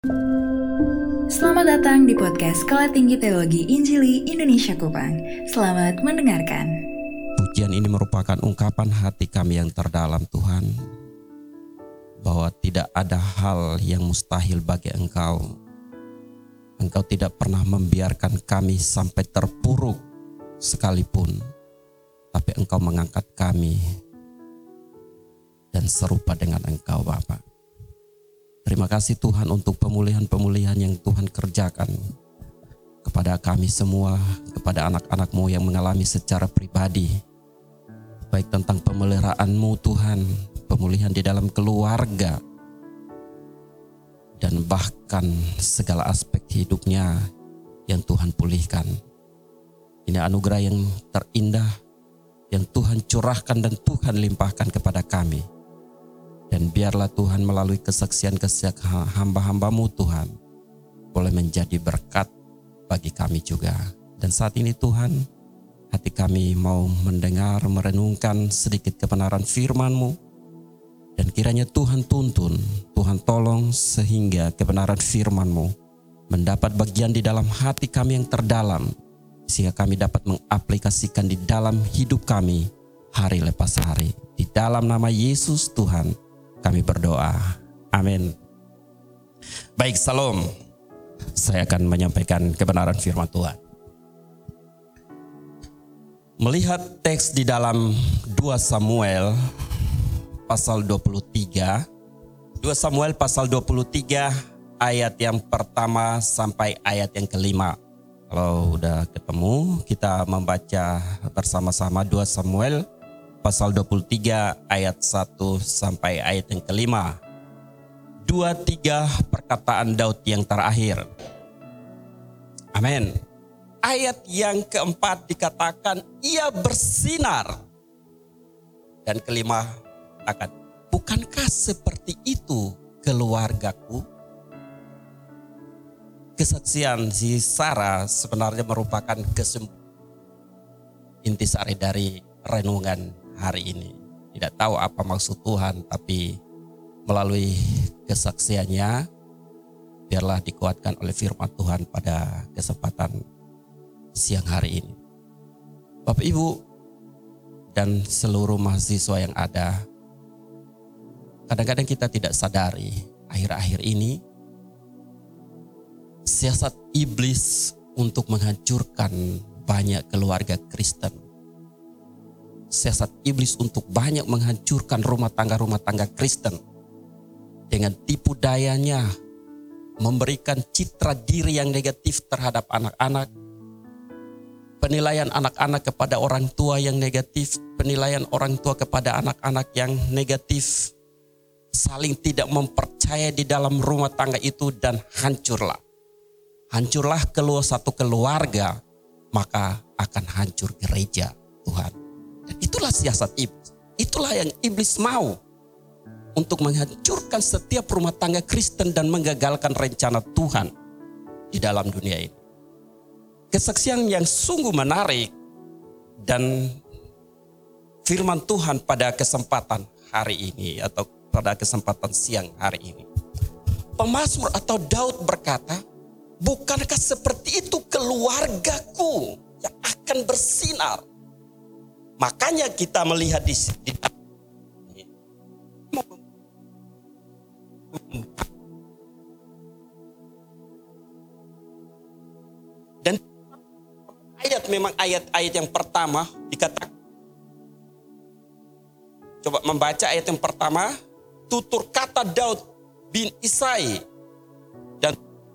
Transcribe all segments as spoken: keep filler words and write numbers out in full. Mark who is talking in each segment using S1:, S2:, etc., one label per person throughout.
S1: Selamat datang di podcast Sekolah Tinggi Teologi Injili Indonesia Kupang. Selamat mendengarkan.
S2: Pujian ini merupakan ungkapan hati kami yang terdalam, Tuhan, bahwa tidak ada hal yang mustahil bagi Engkau. Engkau tidak pernah membiarkan kami sampai terpuruk sekalipun, tapi Engkau mengangkat kami dan serupa dengan Engkau, Bapa. Terima kasih Tuhan untuk pemulihan-pemulihan yang Tuhan kerjakan kepada kami semua, kepada anak-anak-Mu yang mengalami secara pribadi, baik tentang pemeliharaan-Mu Tuhan, pemulihan di dalam keluarga, dan bahkan segala aspek hidupnya yang Tuhan pulihkan. Ini anugerah yang terindah yang Tuhan curahkan dan Tuhan limpahkan kepada kami. Dan biarlah Tuhan melalui kesaksian-kesaksian hamba-hamba-Mu Tuhan boleh menjadi berkat bagi kami juga. Dan saat ini Tuhan, hati kami mau mendengar, merenungkan sedikit kebenaran firman-Mu. Dan kiranya Tuhan tuntun, Tuhan tolong sehingga kebenaran firman-Mu mendapat bagian di dalam hati kami yang terdalam. Sehingga kami dapat mengaplikasikan di dalam hidup kami hari lepas hari. Di dalam nama Yesus Tuhan kami berdoa. Amin. Baik, salam. Saya akan menyampaikan kebenaran firman Tuhan. Melihat teks di dalam dua Samuel pasal dua puluh tiga. dua Samuel pasal dua puluh tiga ayat yang pertama sampai ayat yang kelima. Kalau udah ketemu, kita membaca bersama-sama dua Samuel pasal dua puluh tiga ayat satu sampai ayat yang kelima. Dua tiga perkataan Daud yang terakhir. Amin. Ayat yang keempat dikatakan ia bersinar. Dan kelima akan, bukankah seperti itu keluargaku? Kesaksian si Sarah sebenarnya merupakan kesembuhan intisari dari renungan hari ini. Tidak tahu apa maksud Tuhan, tapi melalui kesaksiannya biarlah dikuatkan oleh firman Tuhan pada kesempatan siang hari ini. Bapak Ibu dan seluruh mahasiswa yang ada, kadang-kadang kita tidak sadari akhir-akhir ini siasat iblis untuk menghancurkan banyak keluarga Kristen. Siasat iblis untuk banyak menghancurkan rumah tangga-rumah tangga Kristen. Dengan tipu dayanya memberikan citra diri yang negatif terhadap anak-anak. Penilaian anak-anak kepada orang tua yang negatif. Penilaian orang tua kepada anak-anak yang negatif. Saling tidak mempercaya di dalam rumah tangga itu dan hancurlah. Hancurlah keluar satu keluarga, maka akan hancur gereja Tuhan. Dan itulah siasat iblis. Itulah yang iblis mau. Untuk menghancurkan setiap rumah tangga Kristen dan menggagalkan rencana Tuhan di dalam dunia ini. Kesaksian yang sungguh menarik dan firman Tuhan pada kesempatan hari ini atau pada kesempatan siang hari ini. Pemazmur atau Daud berkata, bukankah seperti itu keluargaku yang akan bersinar? Makanya kita melihat di sini dan ayat memang ayat-ayat yang pertama dikatakan. Coba membaca ayat yang pertama, tutur kata Daud bin Isai dan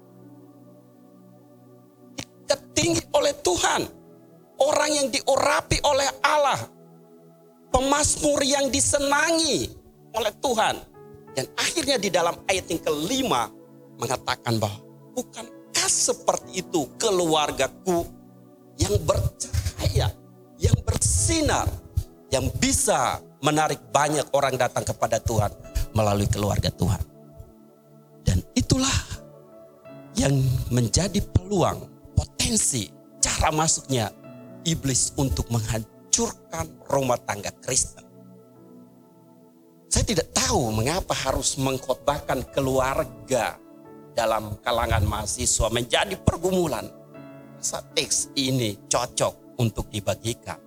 S2: tinggi oleh Tuhan. Orang yang diurapi oleh Allah. Pemazmur yang disenangi oleh Tuhan. Dan akhirnya di dalam ayat yang kelima mengatakan bahwa bukankah seperti itu keluargaku yang bercahaya, yang bersinar, yang bisa menarik banyak orang datang kepada Tuhan melalui keluarga Tuhan. Dan itulah yang menjadi peluang, potensi, cara masuknya iblis untuk menghancurkan rumah tangga Kristen. Saya tidak tahu mengapa harus mengkhotbahkan keluarga dalam kalangan mahasiswa menjadi pergumulan. Masa teks ini cocok untuk dibagikan.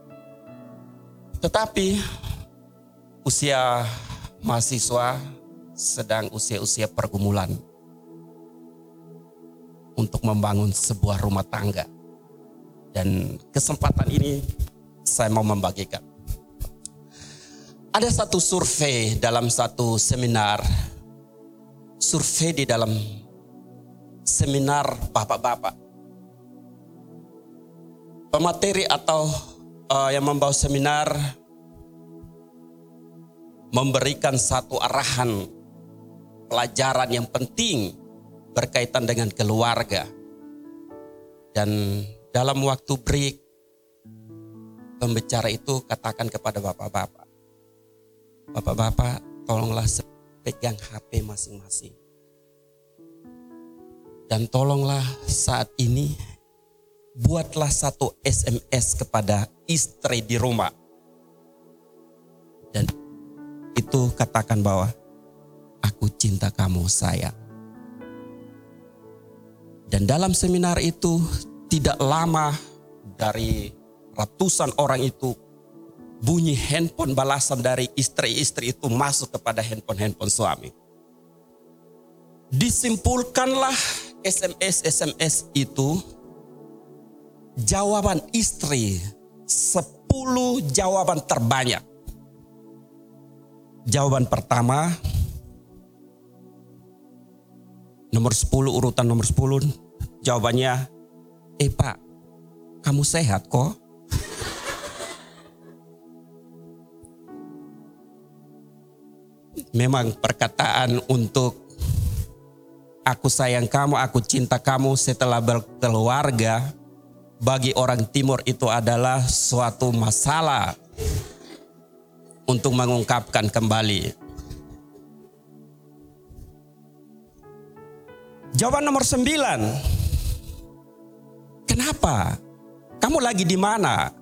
S2: Tetapi usia mahasiswa sedang usia-usia pergumulan untuk membangun sebuah rumah tangga. Dan kesempatan ini saya mau membagikan. Ada satu survei dalam satu seminar, survei di dalam seminar bapak-bapak. Pemateri atau uh, yang membawa seminar memberikan satu arahan pelajaran yang penting berkaitan dengan keluarga. Dan dalam waktu break, pembicara itu katakan kepada bapak-bapak, Bapak-bapak, tolonglah pegang H P masing-masing. Dan tolonglah saat ini buatlah satu S M S kepada istri di rumah. Dan itu katakan bahwa aku cinta kamu, sayang. Dan dalam seminar itu tidak lama dari ratusan orang itu bunyi handphone balasan dari istri-istri itu masuk kepada handphone-handphone suami. Disimpulkanlah S M S-S M S itu jawaban istri sepuluh jawaban terbanyak. Jawaban pertama, nomor sepuluh, urutan nomor sepuluh, jawabannya, eh Pak, kamu sehat kok? Memang perkataan untuk aku sayang kamu, aku cinta kamu setelah berkeluarga, bagi orang timur itu adalah suatu masalah untuk mengungkapkan kembali. Jawaban nomor sembilan. Kenapa? Kamu lagi di mana?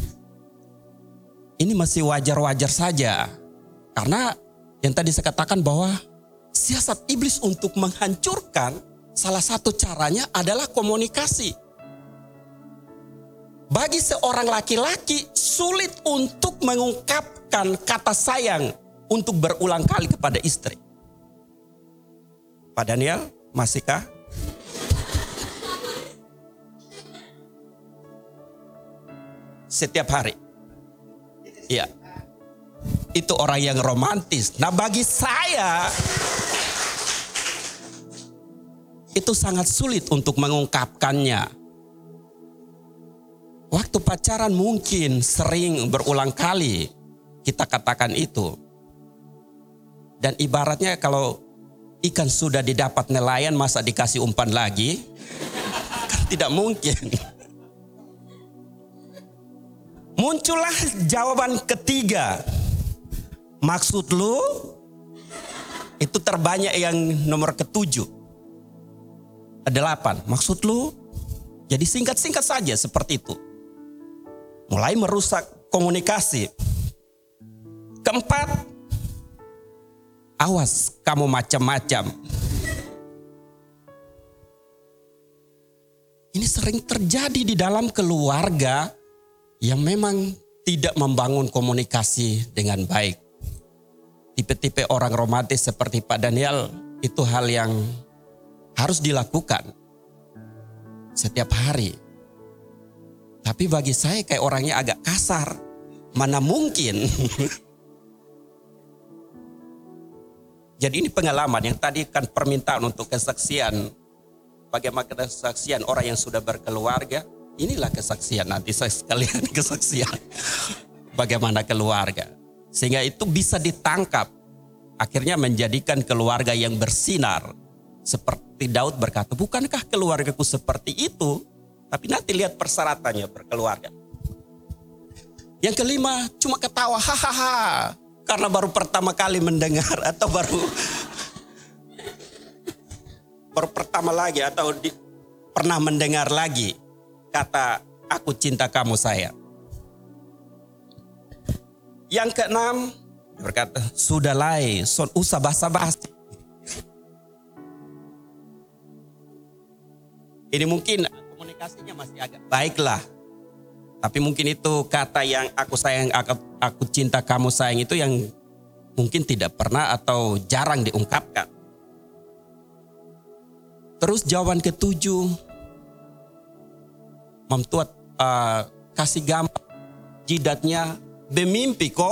S2: Ini masih wajar-wajar saja. Karena yang tadi saya katakan bahwa siasat iblis untuk menghancurkan, salah satu caranya adalah komunikasi. Bagi seorang laki-laki sulit untuk mengungkapkan kata sayang untuk berulang kali kepada istri. Pak Daniel, masihkah? Setiap hari. Iya. Itu orang yang romantis. Nah, bagi saya itu sangat sulit untuk mengungkapkannya. Waktu pacaran mungkin sering berulang kali kita katakan itu. Dan ibaratnya kalau ikan sudah didapat nelayan, masa dikasih umpan lagi? Kan tidak mungkin. Muncullah jawaban ketiga. Maksud lu? Itu terbanyak yang nomor ketujuh. Delapan. Maksud lu? Jadi singkat-singkat saja seperti itu. Mulai merusak komunikasi. Keempat. Awas kamu macam-macam. Ini sering terjadi di dalam keluarga yang memang tidak membangun komunikasi dengan baik. Tipe-tipe orang romantis seperti Pak Daniel itu hal yang harus dilakukan setiap hari. Tapi bagi saya kayak orangnya agak kasar. Mana mungkin. Jadi ini pengalaman yang tadi kan permintaan untuk kesaksian. Bagaimana kesaksian orang yang sudah berkeluarga. Inilah kesaksian, nanti saya sekalian kesaksian. Bagaimana keluarga. Sehingga itu bisa ditangkap. Akhirnya menjadikan keluarga yang bersinar. Seperti Daud berkata, bukankah keluargaku seperti itu? Tapi nanti lihat persyaratannya berkeluarga. Yang kelima, cuma ketawa, hahaha. Karena baru pertama kali mendengar atau baru baru pertama lagi atau di, pernah mendengar lagi kata aku cinta kamu sayang. Yang keenam berkata sudahlah, son usah basa-basi. Ini mungkin komunikasinya masih agak baiklah. Tapi mungkin itu kata yang aku sayang, aku, aku cinta kamu sayang itu yang mungkin tidak pernah atau jarang diungkapkan. Terus jawaban ketujuh, Mam Tuat uh, kasih gambar jidatnya bermimpi kok.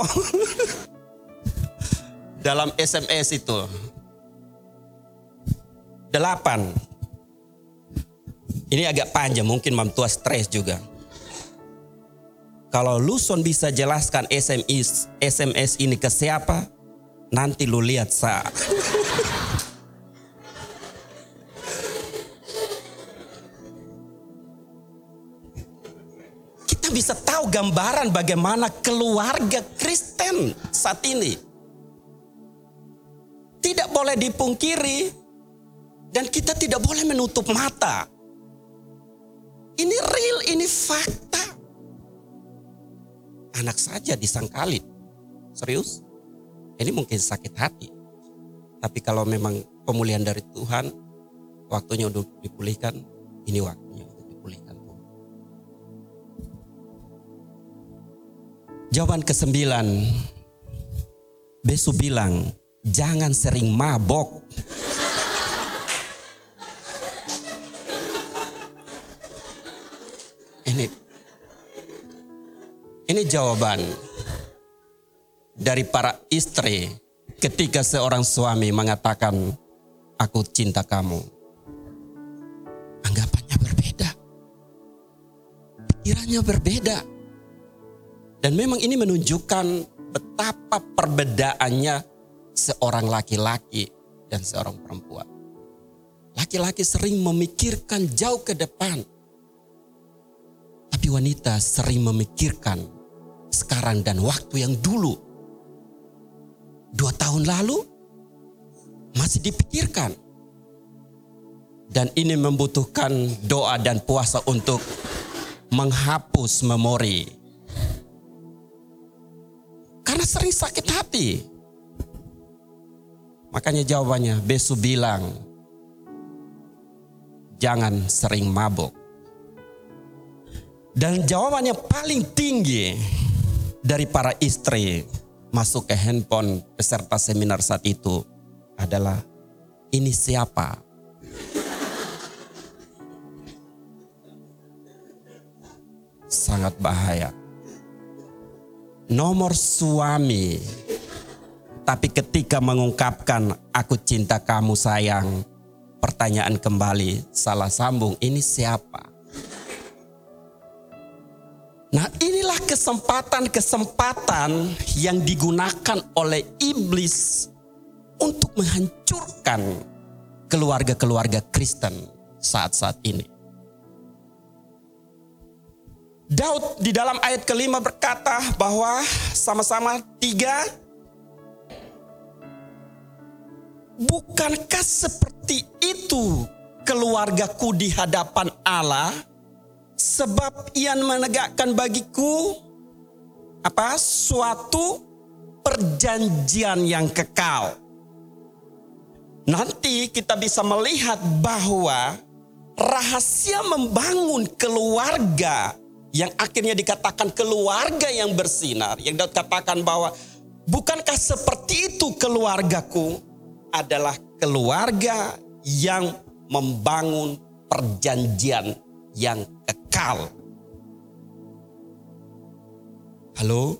S2: Dalam S M S itu. Delapan. Ini agak panjang, mungkin Mam Tuat stres juga. Kalau lu son bisa jelaskan S M S, S M S ini ke siapa, nanti lu lihat sa. Kita bisa tahu gambaran bagaimana keluarga Kristen saat ini. Tidak boleh dipungkiri dan kita tidak boleh menutup mata. Ini real, ini fakta. Anak saja disangkalin. Serius? Ini mungkin sakit hati. Tapi kalau memang pemulihan dari Tuhan, waktunya untuk dipulihkan, ini waktunya untuk dipulihkan. Jawaban kesembilan, Besu bilang, jangan sering mabok. Ini Ini jawaban dari para istri ketika seorang suami mengatakan, aku cinta kamu. Anggapannya berbeda. Pikirannya berbeda. Dan memang ini menunjukkan betapa perbedaannya seorang laki-laki dan seorang perempuan. Laki-laki sering memikirkan jauh ke depan. Tapi wanita sering memikirkan sekarang dan waktu yang dulu. Dua tahun lalu masih dipikirkan. Dan ini membutuhkan doa dan puasa untuk menghapus memori. Karena sering sakit hati. Makanya jawabannya, Besu bilang, jangan sering mabuk. Dan jawabannya paling tinggi dari para istri masuk ke handphone peserta seminar saat itu adalah, ini siapa? Sangat bahaya. Nomor suami, tapi ketika mengungkapkan aku cinta kamu sayang, pertanyaan kembali salah sambung, ini siapa? Nah, inilah kesempatan-kesempatan yang digunakan oleh iblis untuk menghancurkan keluarga-keluarga Kristen saat-saat ini. Daud di dalam ayat kelima berkata bahwa sama-sama tiga, bukankah seperti itu keluargaku di hadapan Allah? Sebab ia menegakkan bagiku apa suatu perjanjian yang kekal. Nanti kita bisa melihat bahwa rahasia membangun keluarga yang akhirnya dikatakan keluarga yang bersinar, yang Daud katakan bahwa bukankah seperti itu keluargaku, adalah keluarga yang membangun perjanjian yang kekal. Halo?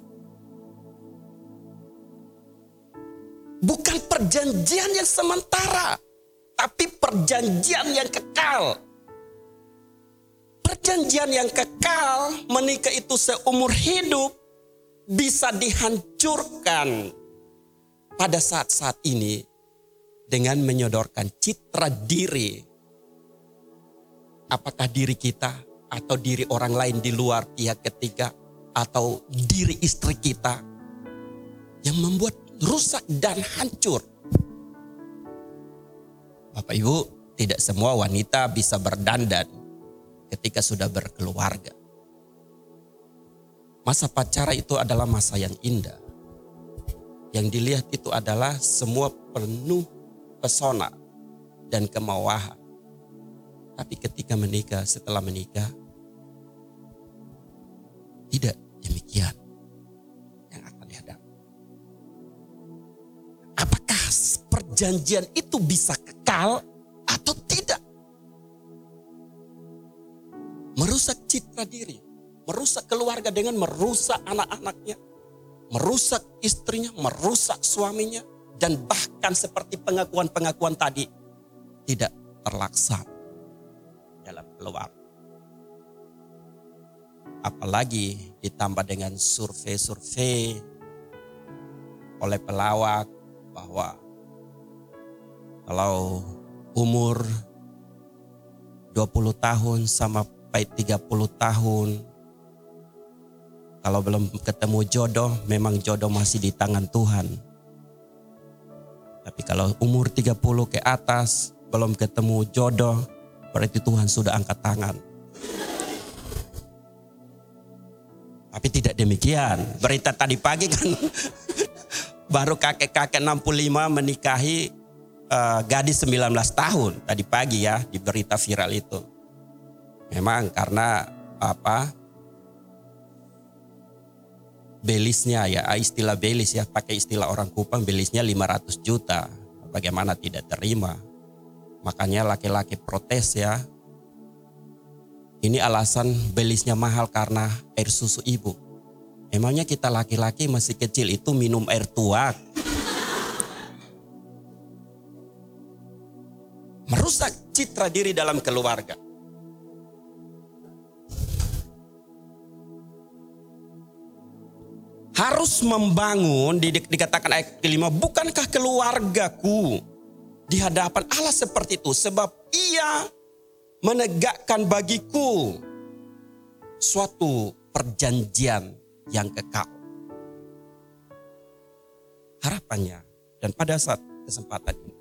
S2: Bukan perjanjian yang sementara, tapi perjanjian yang kekal. Perjanjian yang kekal, menikah itu seumur hidup, bisa dihancurkan pada saat-saat ini dengan menyodorkan citra diri. Apakah diri kita atau diri orang lain di luar pihak ketiga atau diri istri kita yang membuat rusak dan hancur. Bapak Ibu, tidak semua wanita bisa berdandan ketika sudah berkeluarga. Masa pacaran itu adalah masa yang indah. Yang dilihat itu adalah semua penuh pesona dan kemauan. Tapi ketika menikah, setelah menikah, tidak demikian yang akan dihadapi. Apakah perjanjian itu bisa kekal atau tidak? Merusak citra diri, merusak keluarga dengan merusak anak-anaknya, merusak istrinya, merusak suaminya, dan bahkan seperti pengakuan-pengakuan tadi tidak terlaksana dalam keluarga. Apalagi ditambah dengan survei-survei oleh pelawak bahwa kalau umur dua puluh tahun sampai tiga puluh tahun, kalau belum ketemu jodoh, memang jodoh masih di tangan Tuhan. Tapi kalau umur tiga puluh ke atas belum ketemu jodoh, berarti Tuhan sudah angkat tangan. Tapi tidak demikian. Berita tadi pagi kan baru kakek-kakek enam puluh lima menikahi uh, gadis sembilan belas tahun. Tadi pagi ya di berita viral itu. Memang karena apa? Belisnya ya, istilah belis ya, pakai istilah orang Kupang, belisnya lima ratus juta. Bagaimana tidak terima? Makanya laki-laki protes ya. Ini alasan belisnya mahal karena air susu ibu. Emangnya kita laki-laki masih kecil itu minum air tuak? Merusak citra diri dalam keluarga. Harus membangun, dikatakan ayat kelima, bukankah keluargaku di hadapan Allah seperti itu? Sebab ia menegakkan bagiku suatu perjanjian yang kekal. Harapannya, dan pada saat kesempatan ini,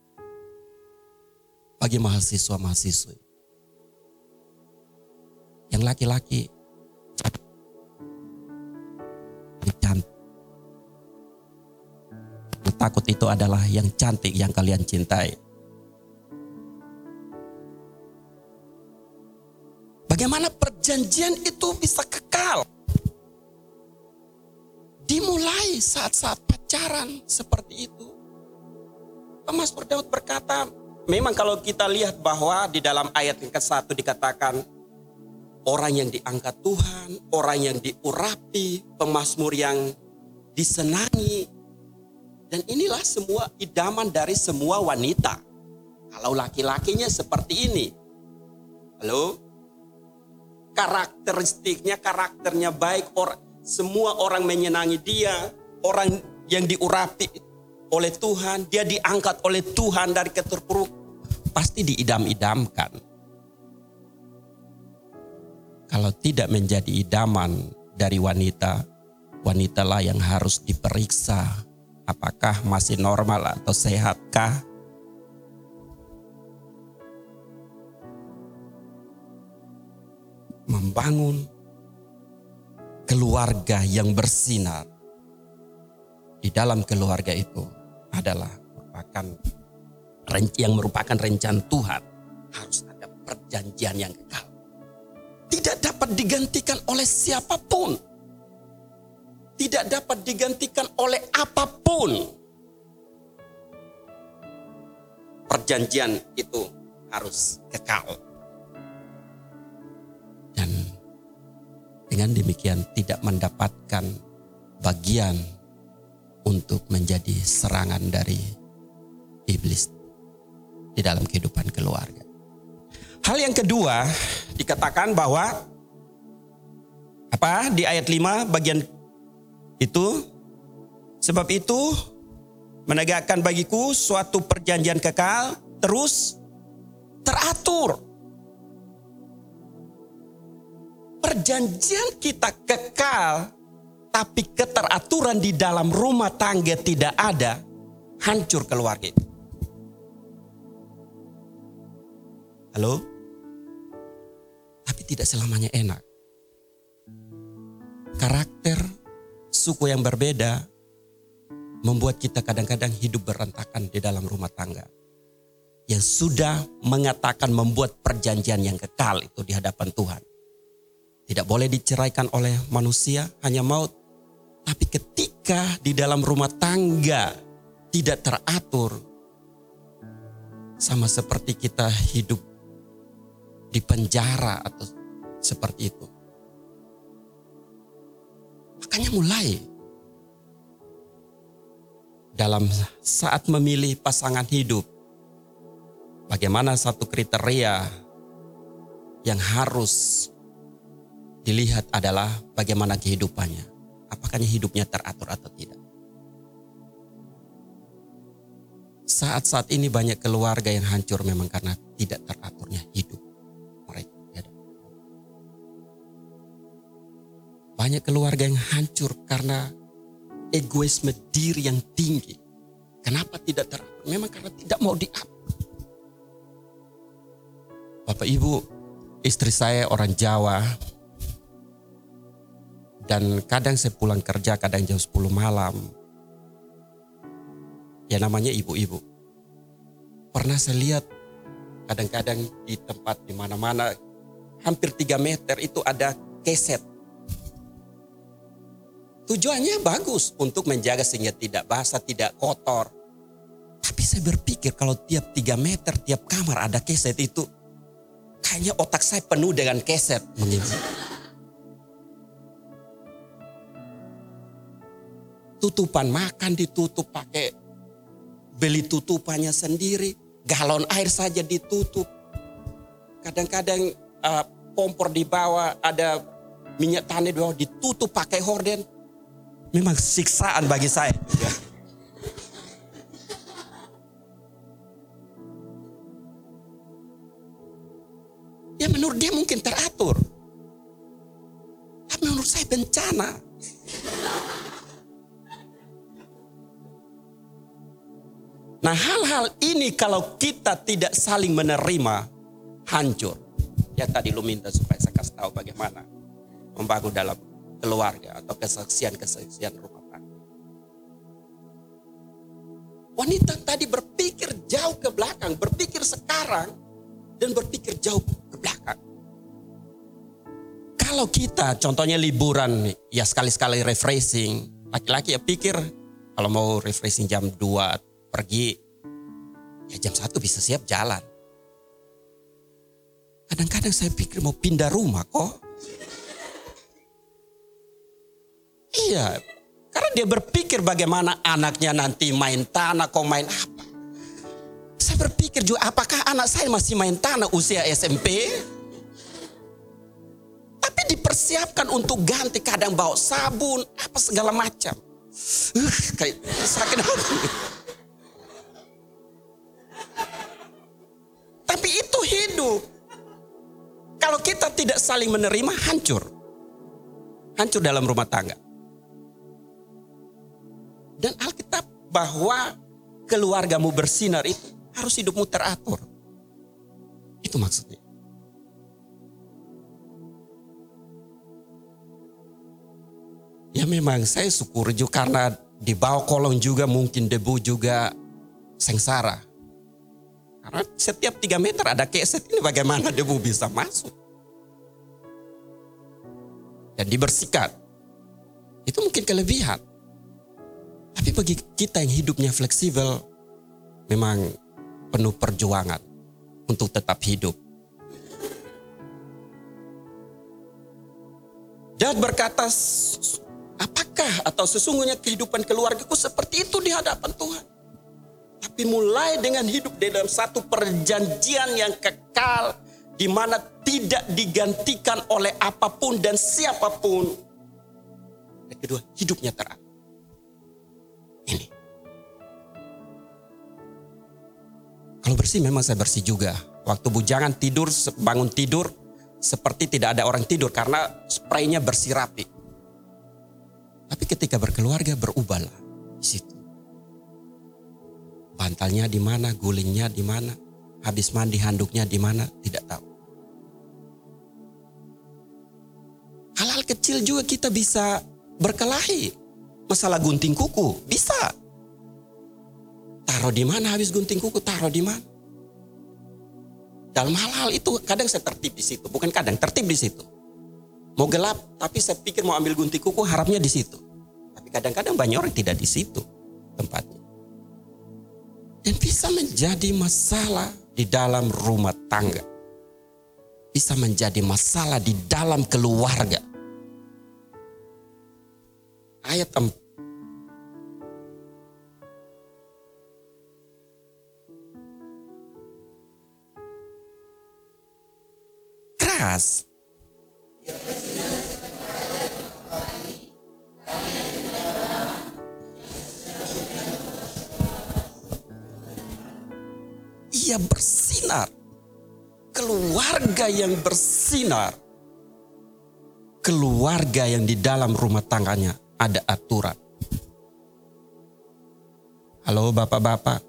S2: bagi mahasiswa-mahasiswa yang laki-laki, cantik. Takut itu adalah yang cantik yang kalian cintai. Bagaimana perjanjian itu bisa kekal? Dimulai saat-saat pacaran seperti itu. Mazmur Daud berkata, memang kalau kita lihat bahwa di dalam ayat yang ke satu dikatakan, orang yang diangkat Tuhan, orang yang diurapi, pemazmur yang disenangi. Dan inilah semua idaman dari semua wanita. Kalau laki-lakinya seperti ini. Halo? Karakteristiknya, karakternya baik, or, semua orang menyenangi dia, orang yang diurapi oleh Tuhan, dia diangkat oleh Tuhan dari keterpuruk, pasti diidam-idamkan. Kalau tidak menjadi idaman dari wanita, wanitalah yang harus diperiksa apakah masih normal atau sehatkah. Membangun keluarga yang bersinar di dalam keluarga itu adalah merupakan yang merupakan rencana Tuhan. Harus ada perjanjian yang kekal. Tidak dapat digantikan oleh siapapun. Tidak dapat digantikan oleh apapun. Perjanjian itu harus kekal. Dan dengan demikian tidak mendapatkan bagian untuk menjadi serangan dari iblis di dalam kehidupan keluarga. Hal yang kedua dikatakan bahwa apa di ayat lima bagian itu, sebab itu menegakkan bagiku suatu perjanjian kekal terus teratur. Perjanjian kita kekal, tapi keteraturan di dalam rumah tangga tidak ada, hancur keluarga itu. Halo? Tapi tidak selamanya enak. Karakter, suku yang berbeda membuat kita kadang-kadang hidup berantakan di dalam rumah tangga. yang sudah mengatakan membuat perjanjian yang kekal itu di hadapan Tuhan. Tidak boleh diceraikan oleh manusia, hanya maut. Tapi ketika di dalam rumah tangga tidak teratur, sama seperti kita hidup di penjara atau seperti itu. Makanya mulai dalam saat memilih pasangan hidup, bagaimana satu kriteria yang harus dilihat adalah bagaimana kehidupannya. Apakah hidupnya teratur atau tidak. Saat-saat ini banyak keluarga yang hancur memang karena tidak teraturnya hidup mereka. Banyak keluarga yang hancur karena egoisme diri yang tinggi. Kenapa tidak teratur? Memang karena tidak mau diatur. Bapak Ibu, istri saya orang Jawa. Dan kadang saya pulang kerja, kadang jam sepuluh malam. Ya namanya ibu-ibu. Pernah saya lihat kadang-kadang di tempat di mana-mana hampir tiga meter itu ada keset. Tujuannya bagus untuk menjaga sehingga tidak basah, tidak kotor. Tapi saya berpikir kalau tiap tiga meter, tiap kamar ada keset itu, kayaknya otak saya penuh dengan keset. Tutupan makan ditutup pakai beli tutupannya sendiri. Galon air saja ditutup. Kadang-kadang uh, kompor di bawah, ada minyak tanah di bawah ditutup pakai horden. Memang siksaan bagi saya. Ya menurut dia mungkin teratur. Tapi menurut saya bencana. Nah hal-hal ini kalau kita tidak saling menerima, hancur. Ya tadi lu minta supaya saya kasih tahu bagaimana membangun dalam keluarga atau kesaksian-kesaksian rumah tangga. Wanita tadi berpikir jauh ke belakang, berpikir sekarang dan berpikir jauh ke belakang. Kalau kita contohnya liburan, ya sekali-sekali refreshing. Laki-laki ya pikir kalau mau refreshing jam dua pergi, ya jam satu bisa siap jalan. Kadang-kadang saya pikir mau pindah rumah kok. Iya, karena dia berpikir bagaimana anaknya nanti main tanah, kok main apa. Saya berpikir juga apakah anak saya masih main tanah usia S M P? Tapi dipersiapkan untuk ganti, kadang bawa sabun, apa segala macam. Uh, kayak sakit hati. Tapi itu hidup. Kalau kita tidak saling menerima, hancur. Hancur dalam rumah tangga. Dan Alkitab bahwa keluargamu bersinar itu harus hidupmu teratur. Itu maksudnya. Ya memang saya syukur juga karena di bawah kolong juga mungkin debu juga sengsara. Karena setiap tiga meter ada keset, ini bagaimana debu bisa masuk. Dan dibersihkan. Itu mungkin kelebihan. Tapi bagi kita yang hidupnya fleksibel, memang penuh perjuangan untuk tetap hidup. Dan berkata, apakah atau sesungguhnya kehidupan keluargaku seperti itu di hadapan Tuhan. Tapi mulai dengan hidup di dalam satu perjanjian yang kekal, di mana tidak digantikan oleh apapun dan siapapun. Dan kedua, hidupnya teratur. Ini. Kalau bersih memang saya bersih juga. Waktu bujangan tidur, bangun tidur, seperti tidak ada orang tidur karena spraynya bersih rapi. Tapi ketika berkeluarga berubahlah di situ. Bantalnya di mana, gulingnya di mana, habis mandi handuknya di mana, tidak tahu. Hal-hal kecil juga kita bisa berkelahi. Masalah gunting kuku, bisa. Taruh di mana habis gunting kuku, taruh di mana. Dalam hal-hal itu kadang saya tertib di situ, bukan kadang tertib di situ. Mau gelap, tapi saya pikir mau ambil gunting kuku, harapnya di situ. Tapi kadang-kadang banyak orang tidak di situ tempatnya. Dan bisa menjadi masalah di dalam rumah tangga. Bisa menjadi masalah di dalam keluarga. Ayat empat. Keras. Ia bersinar. Keluarga yang bersinar. Keluarga yang di dalam rumah tangganya ada aturan. Halo bapak-bapak.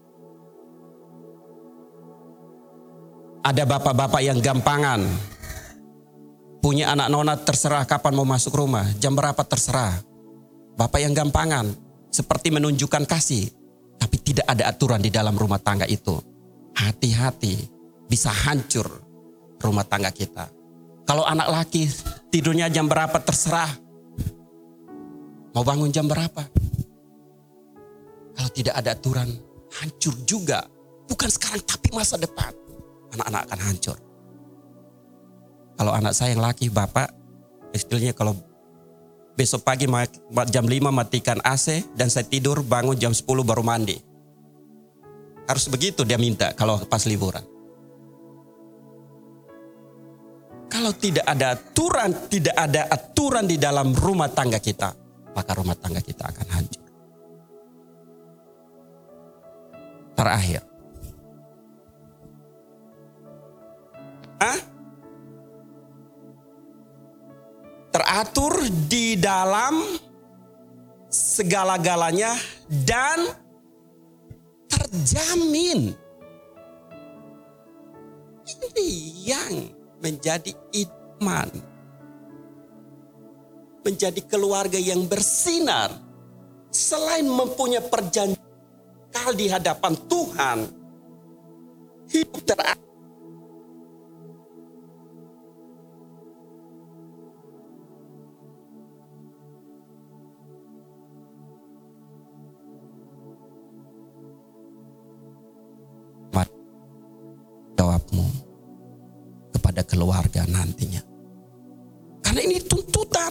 S2: Ada bapak-bapak yang gampangan. Punya anak nona terserah kapan mau masuk rumah. Jam berapa terserah. Bapak yang gampangan. Seperti menunjukkan kasih. Tapi tidak ada aturan di dalam rumah tangga itu. Hati-hati, bisa hancur rumah tangga kita. Kalau anak laki tidurnya jam berapa terserah. Mau bangun jam berapa. Kalau tidak ada aturan, hancur juga. Bukan sekarang tapi masa depan. Anak-anak akan hancur. Kalau anak saya yang laki, bapak, istilahnya kalau besok pagi jam lima matikan A C dan saya tidur bangun jam sepuluh baru mandi. Harus begitu dia minta kalau pas liburan. Kalau tidak ada aturan, tidak ada aturan di dalam rumah tangga kita, maka rumah tangga kita akan hancur. Terakhir. Hah? Teratur di dalam segala-galanya dan terjamin. Ini yang menjadi iman. Menjadi keluarga yang bersinar. Selain mempunyai perjanjian di hadapan Tuhan. Hidup teratur. Jawabmu kepada keluarga nantinya. Karena ini tuntutan.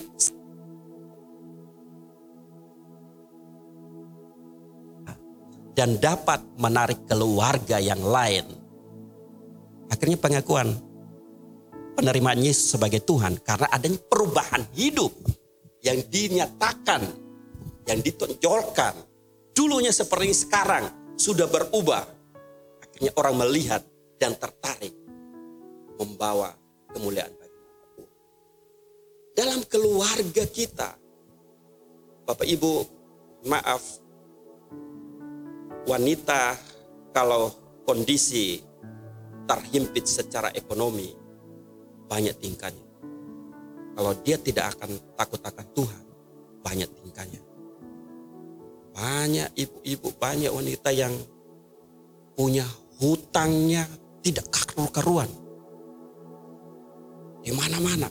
S2: Dan dapat menarik keluarga yang lain. Akhirnya pengakuan penerimaan Yesus sebagai Tuhan. Karena adanya perubahan hidup yang dinyatakan, yang ditonjolkan. Dulunya seperti sekarang sudah berubah. Akhirnya orang melihat dan tertarik membawa kemuliaan bagi Tuhan. Dalam keluarga kita, Bapak Ibu, maaf, wanita kalau kondisi terhimpit secara ekonomi, banyak tingkahnya. Kalau dia tidak akan takut akan Tuhan, banyak tingkahnya. Banyak ibu-ibu, banyak wanita yang punya hutangnya tidak karu-karuan. Di mana-mana.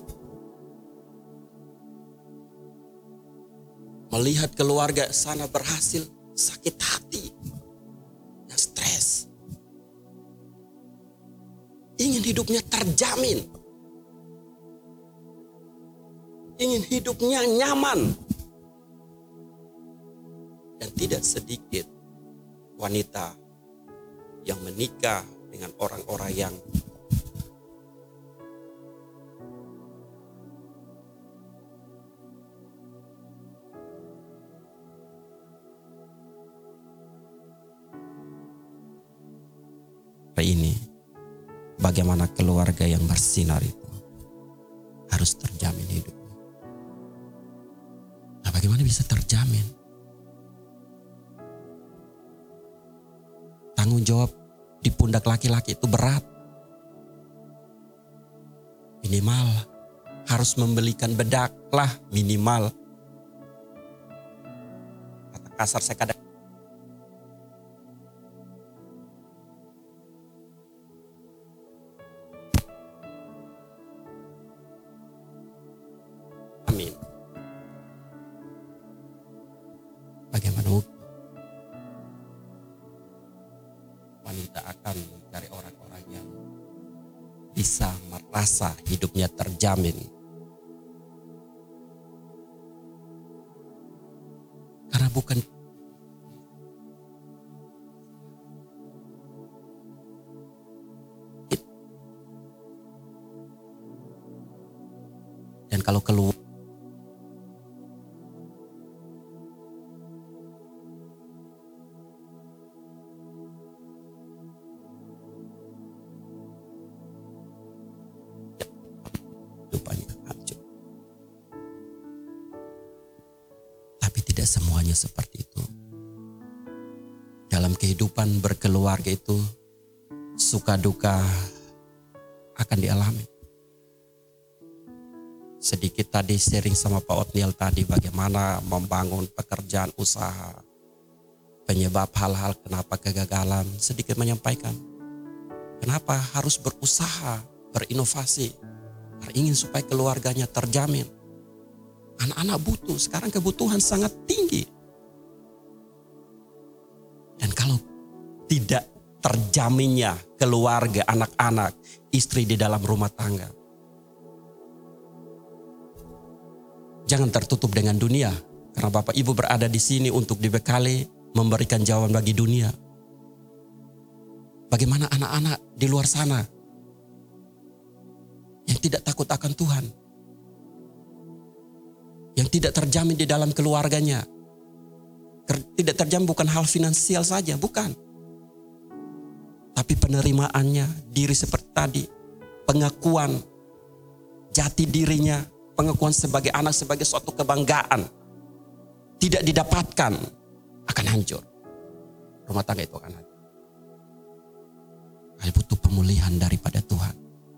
S2: Melihat keluarga sana berhasil, sakit hati. Dan stres. Ingin hidupnya terjamin. Ingin hidupnya nyaman. Dan tidak sedikit wanita yang menikah dengan orang-orang yang ini, bagaimana keluarga yang bersinar itu harus terjamin hidupnya. Nah, bagaimana bisa terjamin? Tanggung jawab di pundak laki-laki itu berat. Minimal harus membelikan bedak lah, minimal. Kata kasar saya kadang. bisa merasa hidupnya terjamin. Karena bukan dan kalau keluar kehidupannya hancur. Tapi tidak semuanya seperti itu. Dalam kehidupan berkeluarga itu suka duka akan dialami. Sedikit tadi sharing sama Pak Otniel tadi bagaimana membangun pekerjaan usaha. Penyebab hal-hal kenapa kegagalan, sedikit menyampaikan. Kenapa harus berusaha, berinovasi. Karena ingin supaya keluarganya terjamin. Anak-anak butuh, sekarang kebutuhan sangat tinggi. Dan kalau tidak terjaminnya keluarga, anak-anak, istri di dalam rumah tangga, jangan tertutup dengan dunia. Karena Bapak Ibu berada di sini untuk dibekali, memberikan jawaban bagi dunia. Bagaimana anak-anak di luar sana yang tidak takut akan Tuhan, yang tidak terjamin di dalam keluarganya. Tidak terjamin bukan hal finansial saja, bukan. Tapi penerimaannya, diri seperti tadi, pengakuan jati dirinya, pengakuan sebagai anak, sebagai suatu kebanggaan, tidak didapatkan, akan hancur. Rumah tangga itu akan hancur. Hal butuh pemulihan daripada Tuhan.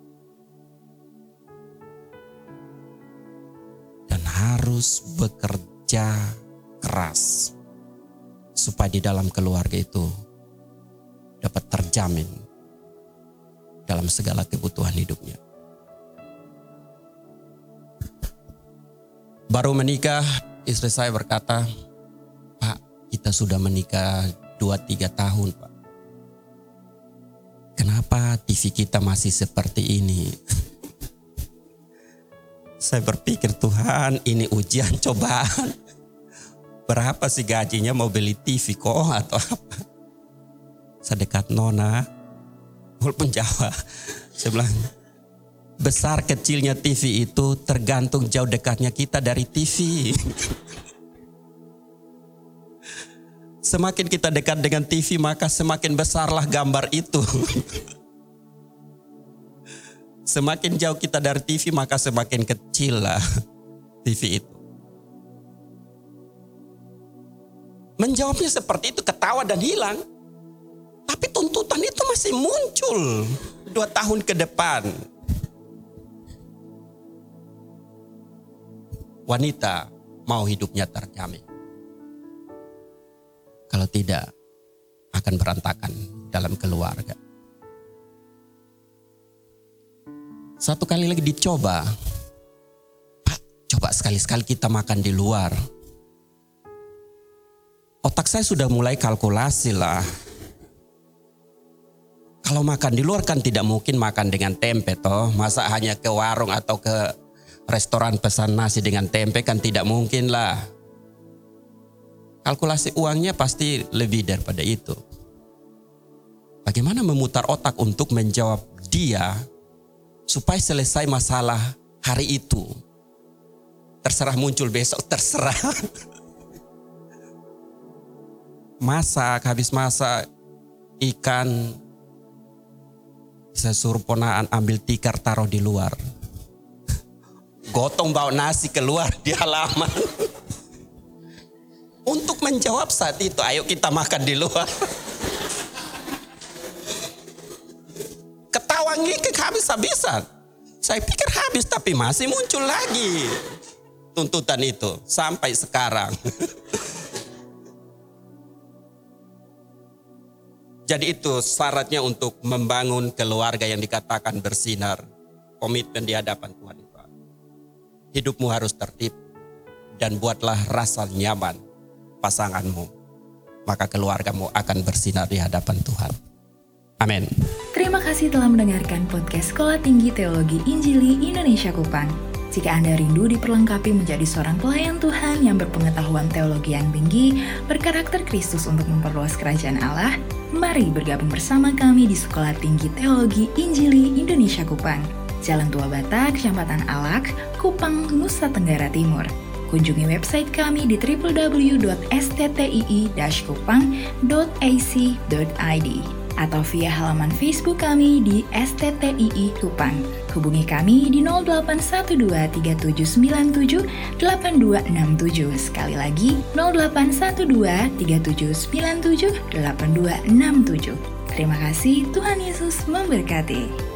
S2: Dan harus bekerja keras supaya di dalam keluarga itu dapat terjamin dalam segala kebutuhan hidupnya. Baru menikah, istri saya berkata, "Pak, kita sudah menikah dua tiga tahun, Pak. Kenapa T V kita masih seperti ini?" Saya berpikir, Tuhan, ini ujian, cobaan. Berapa sih gajinya mau beli T V kok atau apa? Saya dekat Nona, walaupun Jawa. Saya bilang, besar kecilnya T V itu tergantung jauh dekatnya kita dari T V. Semakin kita dekat dengan T V, maka semakin besarlah gambar itu. Semakin jauh kita dari T V, maka semakin kecil lah T V itu. Menjawabnya seperti itu, ketawa dan hilang. Tapi tuntutan itu masih muncul dua tahun ke depan. Wanita mau hidupnya terjamin. Kalau tidak, akan berantakan dalam keluarga. Satu kali lagi dicoba. Pak, coba sekali-sekali kita makan di luar. Otak saya sudah mulai kalkulasi lah. Kalau makan di luar kan tidak mungkin makan dengan tempe toh. Masa hanya ke warung atau ke restoran pesan nasi dengan tempe kan tidak mungkin lah. Kalkulasi uangnya pasti lebih daripada itu. Bagaimana memutar otak untuk menjawab dia supaya selesai masalah hari itu. Terserah muncul besok, terserah. Masak, habis masak ikan, saya suruh ponaan ambil tikar taruh di luar. Gotong bawa nasi keluar di halaman. Untuk menjawab saat itu, ayo kita makan di luar. Ketawa ngikik habis-habisan. Saya pikir habis, tapi masih muncul lagi tuntutan itu sampai sekarang. Jadi itu syaratnya untuk membangun keluarga yang dikatakan bersinar. Komitmen di hadapan Tuhan itu. Hidupmu harus tertib dan buatlah rasa nyaman pasanganmu. Maka keluargamu akan bersinar di hadapan Tuhan. Amin.
S1: Terima kasih telah mendengarkan podcast Sekolah Tinggi Teologi Injili Indonesia Kupang. Jika Anda rindu diperlengkapi menjadi seorang pelayan Tuhan yang berpengetahuan teologi yang tinggi, berkarakter Kristus untuk memperluas kerajaan Allah, mari bergabung bersama kami di Sekolah Tinggi Teologi Injili Indonesia Kupang, Jalan Tua Bata, Kecamatan Alak, Kupang, Nusa Tenggara Timur. Kunjungi website kami di w w w dot s t t i i dash kupang dot a c dot i d atau via halaman Facebook kami di S T T I I Kupang. Hubungi kami di nol delapan satu dua tiga tujuh sembilan tujuh delapan dua enam tujuh. Sekali lagi, nol delapan satu dua tiga tujuh sembilan tujuh delapan dua enam tujuh. Terima kasih, Tuhan Yesus memberkati.